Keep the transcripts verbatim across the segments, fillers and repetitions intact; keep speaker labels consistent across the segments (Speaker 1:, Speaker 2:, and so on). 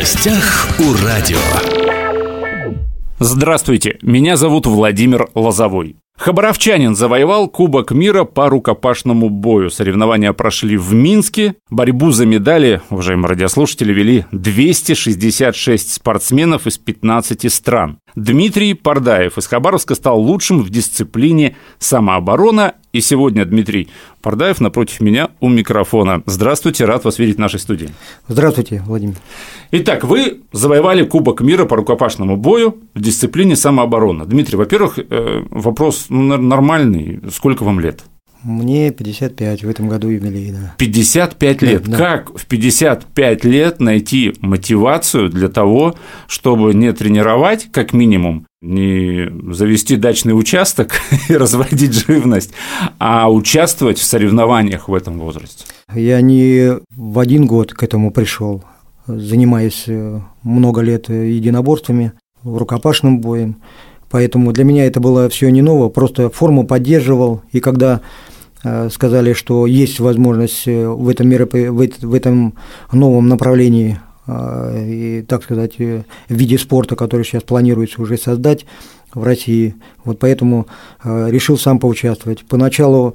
Speaker 1: гостях у радио.
Speaker 2: Здравствуйте, меня зовут Владимир Лозовой. Хабаровчанин завоевал Кубок мира по рукопашному бою. Соревнования прошли в Минске. Борьбу за медали, уважаемые радиослушатели, вели двести шестьдесят шесть спортсменов из пятнадцати стран. Дмитрий Пордаев из Хабаровска стал лучшим в дисциплине самооборона. И сегодня Дмитрий Пордаев напротив меня у микрофона. Здравствуйте, рад вас видеть в нашей студии.
Speaker 3: Здравствуйте, Владимир.
Speaker 2: Итак, вы завоевали Кубок мира по рукопашному бою в дисциплине самооборона. Дмитрий, во-первых, вопрос нормальный. Сколько вам лет?
Speaker 3: Мне пятьдесят пять, в этом году юбилей, да.
Speaker 2: пятьдесят пять лет. Да, да. Как в пятьдесят пять лет найти мотивацию для того, чтобы не тренировать, как минимум, не завести дачный участок и разводить живность, а участвовать в соревнованиях в этом возрасте?
Speaker 3: Я не в один год к этому пришел, занимаясь много лет единоборствами, рукопашным боем. Поэтому для меня это было все не ново, просто форму поддерживал, и когда сказали, что есть возможность в этом, мероп... в этом новом направлении, и, так сказать, в виде спорта, который сейчас планируется уже создать в России, вот поэтому решил сам поучаствовать. Поначалу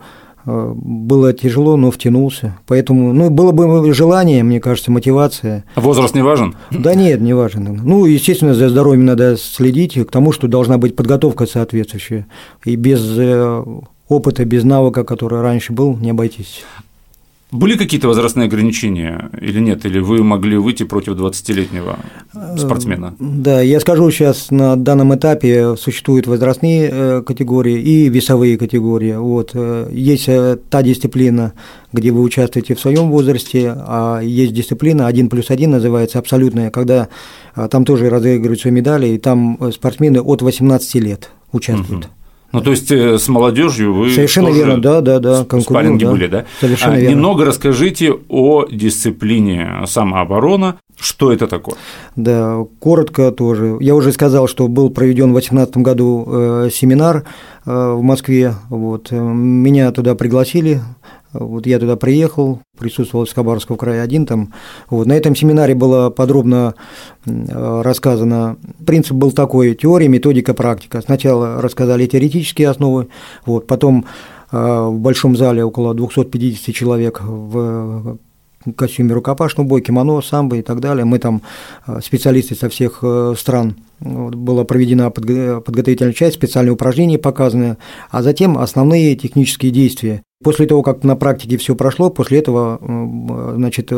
Speaker 3: было тяжело, но втянулся. Поэтому, ну, было бы желание, мне кажется, мотивация.
Speaker 2: Возраст не важен?
Speaker 3: Да нет, не важен. Ну, естественно, за здоровьем надо следить, к тому, что должна быть подготовка соответствующая. И без опыта, без навыка, который раньше был, не обойтись.
Speaker 2: Были какие-то возрастные ограничения или нет? Или вы могли выйти против двадцатилетнего спортсмена? Да,
Speaker 3: я скажу, сейчас на данном этапе существуют возрастные категории и весовые категории. Вот. Есть та дисциплина, где вы участвуете в своем возрасте, а есть дисциплина один плюс один, называется абсолютная, когда там тоже разыгрываются медали, и там спортсмены от восемнадцати лет участвуют. Угу.
Speaker 2: Ну, то есть с молодежью вы
Speaker 3: совершенно
Speaker 2: тоже
Speaker 3: верно, да, да, да,
Speaker 2: в спарринге
Speaker 3: да,
Speaker 2: были, да?
Speaker 3: Совершенно
Speaker 2: а,
Speaker 3: верно.
Speaker 2: Немного расскажите о дисциплине самооборона. Что это такое?
Speaker 3: Да, коротко тоже. Я уже сказал, что был проведен в две тысячи восемнадцатом году э, семинар э, в Москве. Вот. Меня туда пригласили. Вот я туда приехал, присутствовал из Хабаровского края один там. Вот. На этом семинаре было подробно рассказано. Принцип был такой: теория, методика, практика. Сначала рассказали теоретические основы, вот. Потом в большом зале около двухсот пятидесяти человек в костюме рукопашного боя, кимоно, самбо и так далее. Мы там специалисты со всех стран. Была проведена подготовительная часть, специальные упражнения показаны, а затем основные технические действия. После того, как на практике все прошло, после этого, значит,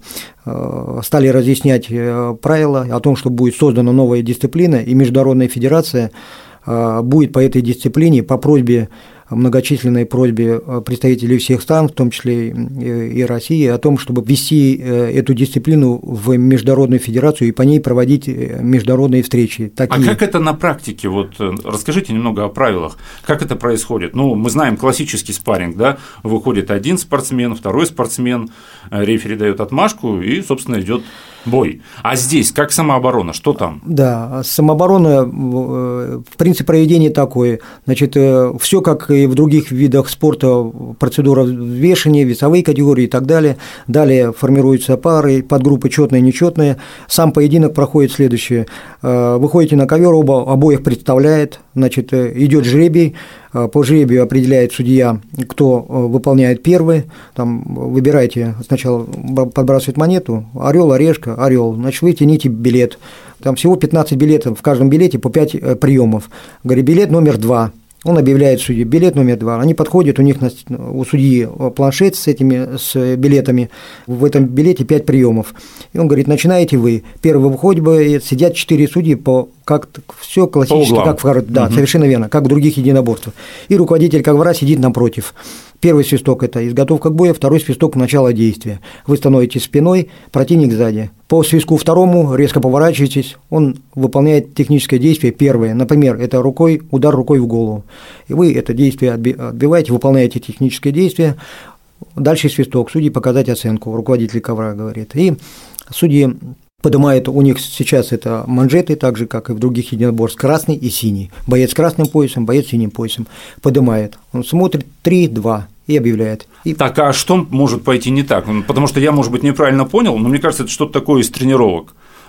Speaker 3: стали разъяснять правила о том, что будет создана новая дисциплина, и Международная федерация будет по этой дисциплине по просьбе, многочисленной просьбе представителей всех стран, в том числе и России, о том, чтобы ввести эту дисциплину в Международную федерацию и по ней проводить международные встречи. Такие.
Speaker 2: А как это на практике? Вот расскажите немного о правилах. Как это происходит? Ну, мы знаем классический спарринг, да? Выходит один спортсмен, второй спортсмен, рефери дает отмашку и, собственно, идет бой. А здесь как самооборона? Что там?
Speaker 3: Да, самооборона, в принципе, проведение такое. Значит, все как и в других видах спорта, процедура взвешивания, весовые категории и так далее. Далее формируются пары, подгруппы четные, нечетные. Сам поединок проходит следующее. Выходите на ковер, оба, обоих представляет, значит, идет жребий. По жребию определяет судья, кто выполняет первый. Там выбирайте, сначала подбрасывает монету, орел, орешка, орел. Значит, вы тяните билет. Там всего пятнадцать билетов, в каждом билете по пять приемов. Говорит, билет номер два. Он объявляет судье: билет номер два. Они подходят, у них у судьи планшет с этими с билетами. В этом билете пять приемов. И он говорит: начинаете вы. Первый выходит, сидят четыре судьи по как все классически, как в да, угу. Совершенно верно, как в других единоборствах. И руководитель ковра сидит напротив. Первый свисток – это изготовка к бою, второй свисток – начало действия. Вы становитесь спиной, противник сзади. По свистку второму резко поворачиваетесь, он выполняет техническое действие первое. Например, это рукой, удар рукой в голову. И вы это действие отбиваете, выполняете техническое действие. Дальше свисток, судьи показать оценку, руководитель ковра говорит. И судьи поднимает, у них сейчас это манжеты, так же, как и в других единоборств, красный и синий. Боец с красным поясом, боец с синим поясом. Поднимает, он смотрит три два и объявляет. И...
Speaker 2: Так, а что может пойти не так? Потому что я, может быть, неправильно понял, но мне кажется, это что-то такое из тренировок.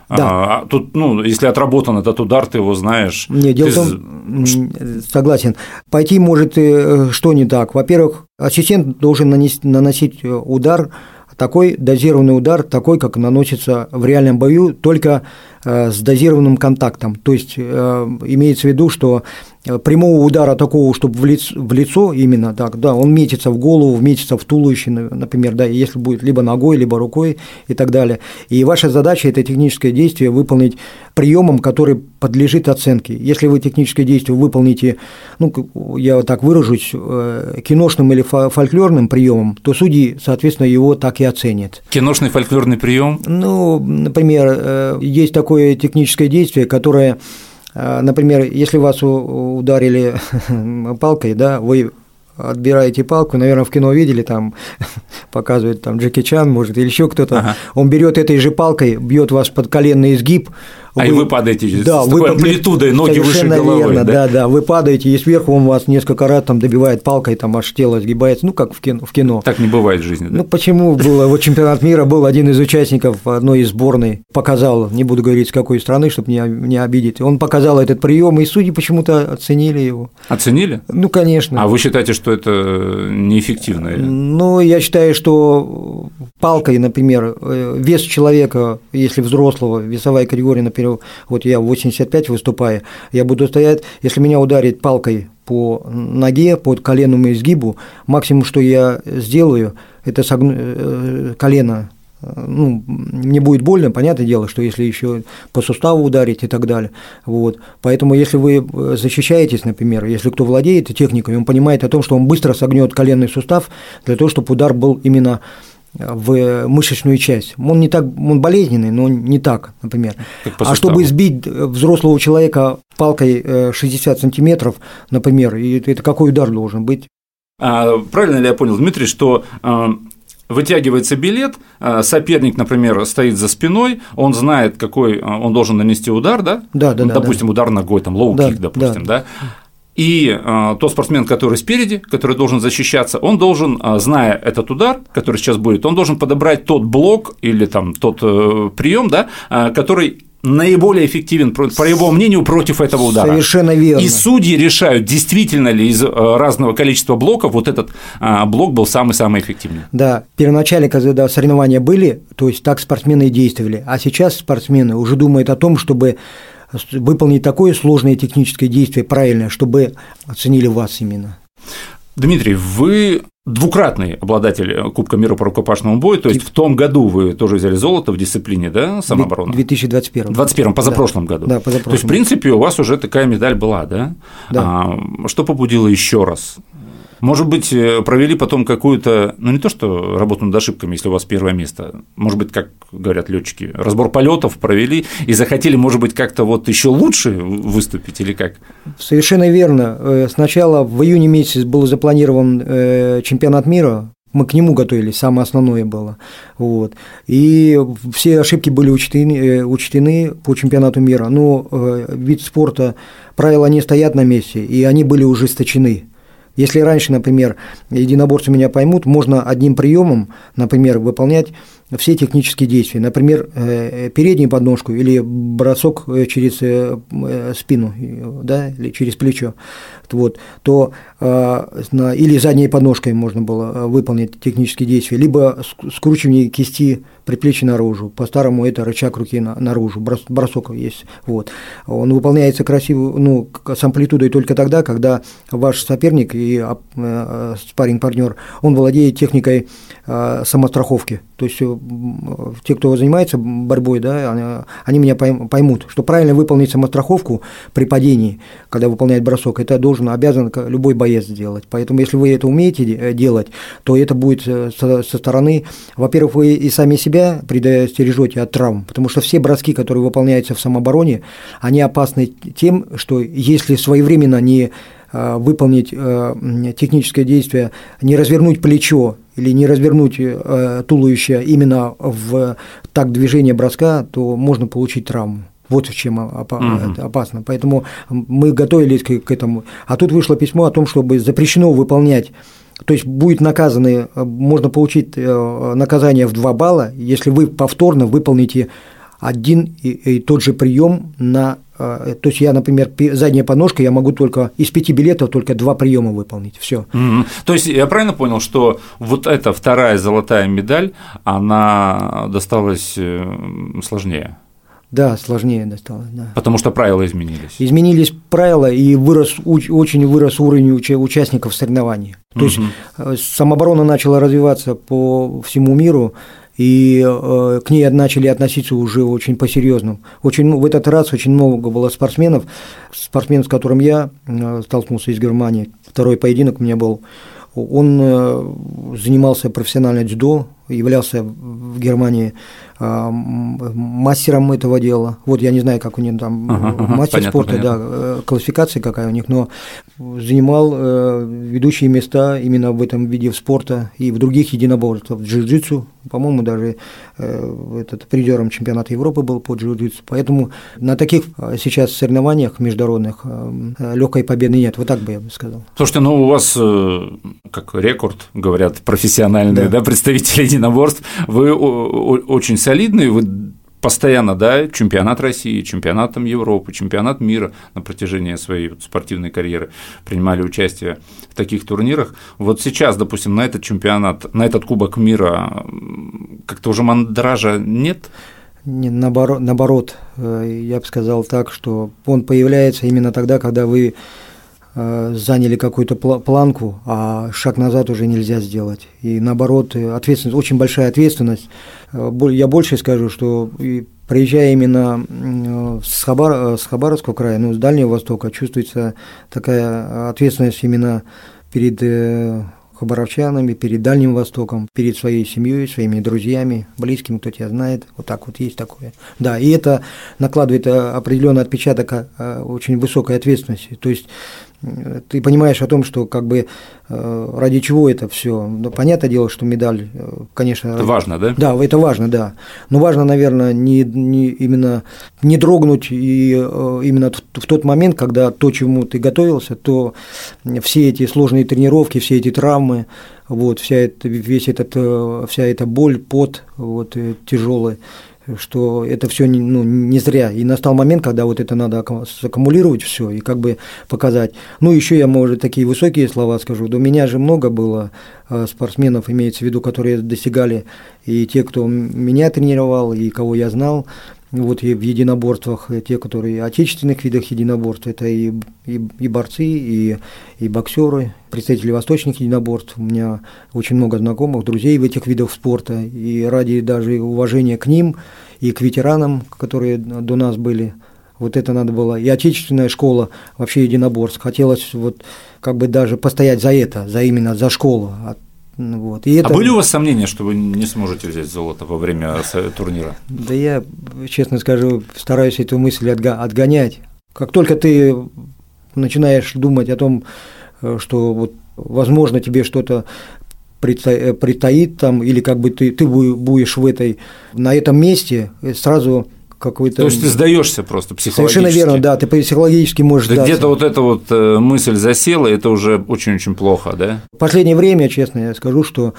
Speaker 3: Да.
Speaker 2: А, тут, ну, если отработан этот удар, ты его знаешь.
Speaker 3: Нет, дело
Speaker 2: ты...
Speaker 3: в том, согласен. Пойти может что не так. Во-первых, ассистент должен нанести, наносить удар, такой дозированный удар, такой, как наносится в реальном бою, только с дозированным контактом. То есть имеется в виду, что прямого удара такого, чтобы в лицо, в лицо именно так, да, он метится в голову, метится в туловище, например, да, если будет либо ногой, либо рукой и так далее. И ваша задача – это техническое действие выполнить приемом, который подлежит оценке. Если вы техническое действие выполните, ну, я вот так выражусь, киношным или фольклорным приемом, то судьи, соответственно, его так и оценят.
Speaker 2: Киношный фольклорный прием?
Speaker 3: Ну, например, есть такое техническое действие, которое… Например, если вас ударили палкой, да, вы отбираете палку, наверное, в кино видели, там показывают там Джеки Чан, может, или еще кто-то, ага. Он берет этой же палкой, бьет вас под коленный изгиб.
Speaker 2: А вы, и вы падаете
Speaker 3: да,
Speaker 2: с
Speaker 3: вы
Speaker 2: такой амплитудой, ноги выше головы.
Speaker 3: Верно,
Speaker 2: да?
Speaker 3: да, да, вы падаете, и сверху он вас несколько раз там добивает палкой, там аж тело сгибается, ну, как в кино. В кино.
Speaker 2: Так не бывает в жизни, да?
Speaker 3: Ну, почему было? Вот чемпионат мира был один из участников одной из сборной, показал, не буду говорить, с какой страны, чтобы не, не обидеть, он показал этот прием, и судьи почему-то оценили его.
Speaker 2: Оценили?
Speaker 3: Ну, конечно.
Speaker 2: А вы считаете, что это неэффективно? Или?
Speaker 3: Ну, я считаю, что палкой, например, вес человека, если взрослого, весовая категория, например, вот я в восемьдесят пять выступаю, я буду стоять, если меня ударить палкой по ноге, по коленному изгибу, максимум, что я сделаю, это согну колено. Ну, мне будет больно, понятное дело, что если еще по суставу ударить и так далее. Вот. Поэтому, если вы защищаетесь, например, если кто владеет техникой, он понимает о том, что он быстро согнет коленный сустав для того, чтобы удар был именно в мышечную часть. Он не так, он болезненный, но не так, например. А чтобы сбить взрослого человека палкой шестьдесят сантиметров, например, это какой удар должен быть?
Speaker 2: А, правильно ли я понял, Дмитрий, что вытягивается билет, соперник, например, стоит за спиной, он знает, какой он должен нанести удар, да?
Speaker 3: Да, да,
Speaker 2: ну,
Speaker 3: да.
Speaker 2: Допустим,
Speaker 3: да.
Speaker 2: удар ногой, там лоу-кик,
Speaker 3: да,
Speaker 2: допустим,
Speaker 3: да.
Speaker 2: да? И э, тот спортсмен, который спереди, который должен защищаться, он должен, э, зная этот удар, который сейчас будет, он должен подобрать тот блок или там тот э, прием, да, э, который наиболее эффективен, по его мнению, против этого удара.
Speaker 3: Совершенно верно.
Speaker 2: И судьи решают, действительно ли из разного количества блоков вот этот э, блок был самый-самый эффективный. Да,
Speaker 3: первоначально, когда соревнования были, то есть так спортсмены и действовали, а сейчас спортсмены уже думают о том, чтобы выполнить такое сложное техническое действие правильно, чтобы оценили вас именно.
Speaker 2: Дмитрий, вы двукратный обладатель Кубка мира по рукопашному бою, то есть в том году вы тоже взяли золото в дисциплине, да, самообороны?
Speaker 3: В две тысячи двадцать первом.
Speaker 2: В двадцать первом, позапрошлом
Speaker 3: да.
Speaker 2: году.
Speaker 3: Да, позапрошлом.
Speaker 2: То есть, в принципе, у вас уже такая медаль была, да?
Speaker 3: Да.
Speaker 2: А, что побудило еще раз? Может быть, провели потом какую-то, ну не то что работу над ошибками, если у вас первое место, может быть, как говорят летчики, разбор полетов провели и захотели, может быть, как-то вот еще лучше выступить или как?
Speaker 3: Совершенно верно. Сначала в июне месяце был запланирован чемпионат мира. Мы к нему готовились, самое основное было. Вот. И все ошибки были учтены, учтены по чемпионату мира. Но вид спорта, правила не стоят на месте, и они были ужесточены. Если раньше, например, единоборцы меня поймут, можно одним приемом, например, выполнять все технические действия, например, переднюю подножку или бросок через спину, да, или через плечо, вот, то или задней подножкой можно было выполнить технические действия, либо скручивание кисти предплечья наружу, по-старому это рычаг руки наружу, бросок есть, вот. Он выполняется красиво, ну, с амплитудой только тогда, когда ваш соперник и спарринг-партнер, он владеет техникой самостраховки, то есть те, кто занимается борьбой, да, они меня поймут, что правильно выполнить самостраховку при падении, когда выполняет бросок, это должен, обязан любой боец делать. Поэтому, если вы это умеете делать, то это будет со, со стороны, во-первых, вы и сами себя предостережете от травм, потому что все броски, которые выполняются в самообороне, они опасны тем, что если своевременно не выполнить техническое действие, не развернуть плечо или не развернуть туловище именно в такт движения броска, то можно получить травму. Вот в чем опасно. Uh-huh. Поэтому мы готовились к этому. А тут вышло письмо о том, чтобы запрещено выполнять, то есть будет наказаны, можно получить наказание в два балла, если вы повторно выполните один и, и тот же прием на… То есть я, например, задняя подножка, я могу только из пяти билетов только два приема выполнить. Все.
Speaker 2: Mm-hmm. То есть я правильно понял, что вот эта вторая золотая медаль, она досталась сложнее?
Speaker 3: Да, сложнее досталось, да.
Speaker 2: Потому что правила изменились.
Speaker 3: Изменились правила, и вырос, очень вырос уровень участников соревнований. То mm-hmm. есть самооборона начала развиваться по всему миру, и э, к ней начали относиться уже очень по-серьезному. Очень, в этот раз очень много было спортсменов. Спортсмен, с которым я э, столкнулся из Германии, второй поединок у меня был, он э, занимался профессионально дзюдо, являлся в Германии э, мастером этого дела. Вот я не знаю, как у них там ага, мастер понятно, спорта, понятно. Да, классификация какая у них, но занимал э, ведущие места именно в этом виде спорта и в других единоборствах, в джиу-джитсу, по-моему, даже э, этот призером чемпионата Европы был по джиу-джитсу. Поэтому на таких сейчас соревнованиях международных э, легкой победы нет. Вот так бы я бы сказал.
Speaker 2: Слушайте, ну у вас э, как рекорд, говорят, профессиональные, да. Да, представители единоборств, вы очень солидные, вы постоянно, да, чемпионат России, чемпионат Европы, чемпионат мира на протяжении своей спортивной карьеры принимали участие в таких турнирах. Вот сейчас, допустим, на этот чемпионат, на этот Кубок мира как-то уже мандража нет?
Speaker 3: Не, наоборот, наоборот, я бы сказал так, что он появляется именно тогда, когда вы заняли какую-то планку, а шаг назад уже нельзя сделать. И наоборот, ответственность, очень большая ответственность. Я больше скажу, что приезжая именно с, Хабар, с Хабаровского края, ну, с Дальнего Востока, чувствуется такая ответственность именно перед хабаровчанами, перед Дальним Востоком, перед своей семьей, своими друзьями, близкими, кто тебя знает. Вот так вот есть такое. Да, и это накладывает определенный отпечаток очень высокой ответственности. То есть ты понимаешь о том, что как бы ради чего это все. Ну, понятное дело, что медаль, конечно…
Speaker 2: Это важно, да?
Speaker 3: Да, это важно, да. Но важно, наверное, не, не именно не дрогнуть и именно в тот момент, когда то, чему ты готовился, то все эти сложные тренировки, все эти травмы, вот, вся эта, весь этот, вся эта боль, пот вот, тяжелый, что это все не, ну, не зря. И настал момент, когда вот это надо аккумулировать все и как бы показать. Ну, еще я, может, такие высокие слова скажу. У меня же много было спортсменов, имеется в виду, которые достигали, и те, кто меня тренировал, и кого я знал, вот и в единоборствах, те, которые в отечественных видах единоборств, это и, и, и борцы, и, и боксеры, представители восточных единоборств. У меня очень много знакомых, друзей в этих видах спорта, и ради даже уважения к ним и к ветеранам, которые до нас были, вот это надо было. И отечественная школа вообще единоборств. Хотелось вот как бы даже постоять за это, за именно за школу. Вот. И это…
Speaker 2: А были у вас сомнения, что вы не сможете взять золото во время турнира?
Speaker 3: Да я, честно скажу, стараюсь эту мысль отгонять. Как только ты начинаешь думать о том, что вот, возможно, тебе что-то предстоит там, или как бы ты, ты будешь в этой, на этом месте, сразу… какой-то…
Speaker 2: То есть ты сдаешься просто психологически.
Speaker 3: Совершенно верно, да, ты психологически можешь
Speaker 2: да
Speaker 3: сдаться.
Speaker 2: Где-то вот эта вот мысль засела, и это уже очень-очень плохо, да?
Speaker 3: В последнее время, честно, я скажу, что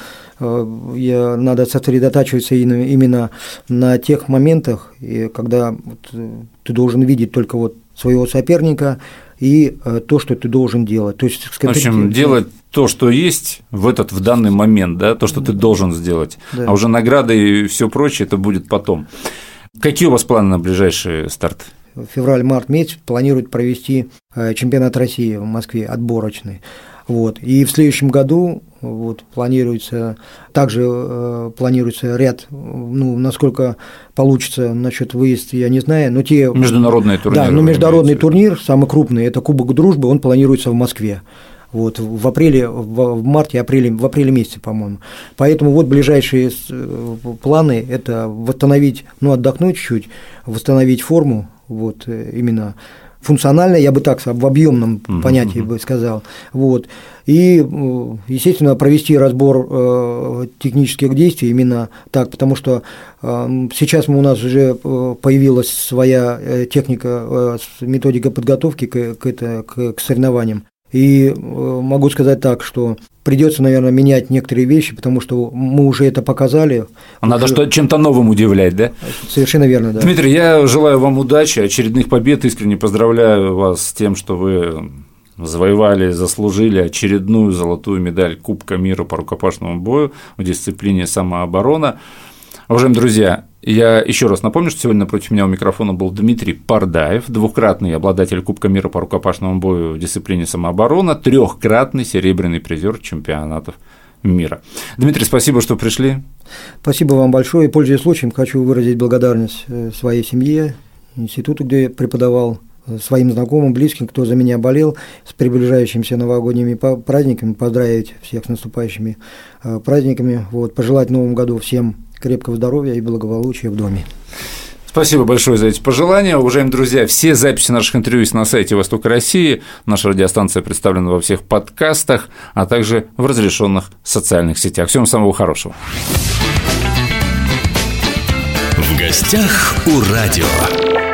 Speaker 3: я, надо сосредотачиваться именно на тех моментах, когда вот ты должен видеть только вот своего соперника и то, что ты должен делать. То есть,
Speaker 2: в общем, делать то, что есть в этот в данный момент, да, то, что ты должен сделать, да. А уже награды и все прочее, это будет потом. Какие у вас планы на ближайший старт?
Speaker 3: Февраль-март месяц планируют провести чемпионат России в Москве, отборочный. Вот. И в следующем году вот, планируется, также э, планируется ряд, ну, насколько получится насчет выезда, я не знаю, но те…
Speaker 2: Международные турниры.
Speaker 3: Да, но международный турнир, самый крупный, это Кубок Дружбы, он планируется в Москве. Вот, в апреле, в марте, апреле, в апреле месяце, по-моему. Поэтому вот ближайшие планы – это восстановить, ну, отдохнуть чуть-чуть, восстановить форму, вот, именно функционально, я бы так в объемном uh-huh, понятии uh-huh. бы сказал, вот, и, естественно, провести разбор э, технических действий именно так, потому что э, сейчас у нас уже появилась своя техника, э, методика подготовки к, к, это, к, к соревнованиям. И могу сказать так, что придется, наверное, менять некоторые вещи, потому что мы уже это показали.
Speaker 2: Надо
Speaker 3: уже...
Speaker 2: что чем-то новым удивлять, да?
Speaker 3: Совершенно верно, да.
Speaker 2: Дмитрий, я желаю вам удачи, очередных побед, искренне поздравляю вас с тем, что вы завоевали, заслужили очередную золотую медаль Кубка мира по рукопашному бою в дисциплине самооборона. Уважаемые друзья, я еще раз напомню, что сегодня напротив меня у микрофона был Дмитрий Пардаев, двукратный обладатель Кубка мира по рукопашному бою в дисциплине самооборона, трехкратный серебряный призер чемпионатов мира. Дмитрий, спасибо, что пришли.
Speaker 3: Спасибо вам большое. И, пользуясь случаем, хочу выразить благодарность своей семье, институту, где я преподавал, своим знакомым, близким, кто за меня болел, с приближающимися новогодними праздниками, поздравить всех с наступающими праздниками, вот, пожелать в новом году всем крепкого здоровья и благополучия в доме.
Speaker 2: Спасибо большое за эти пожелания. Уважаемые друзья, все записи наших интервью есть на сайте Восток России, наша радиостанция представлена во всех подкастах, а также в разрешенных социальных сетях. Всем самого хорошего.
Speaker 1: В гостях у радио.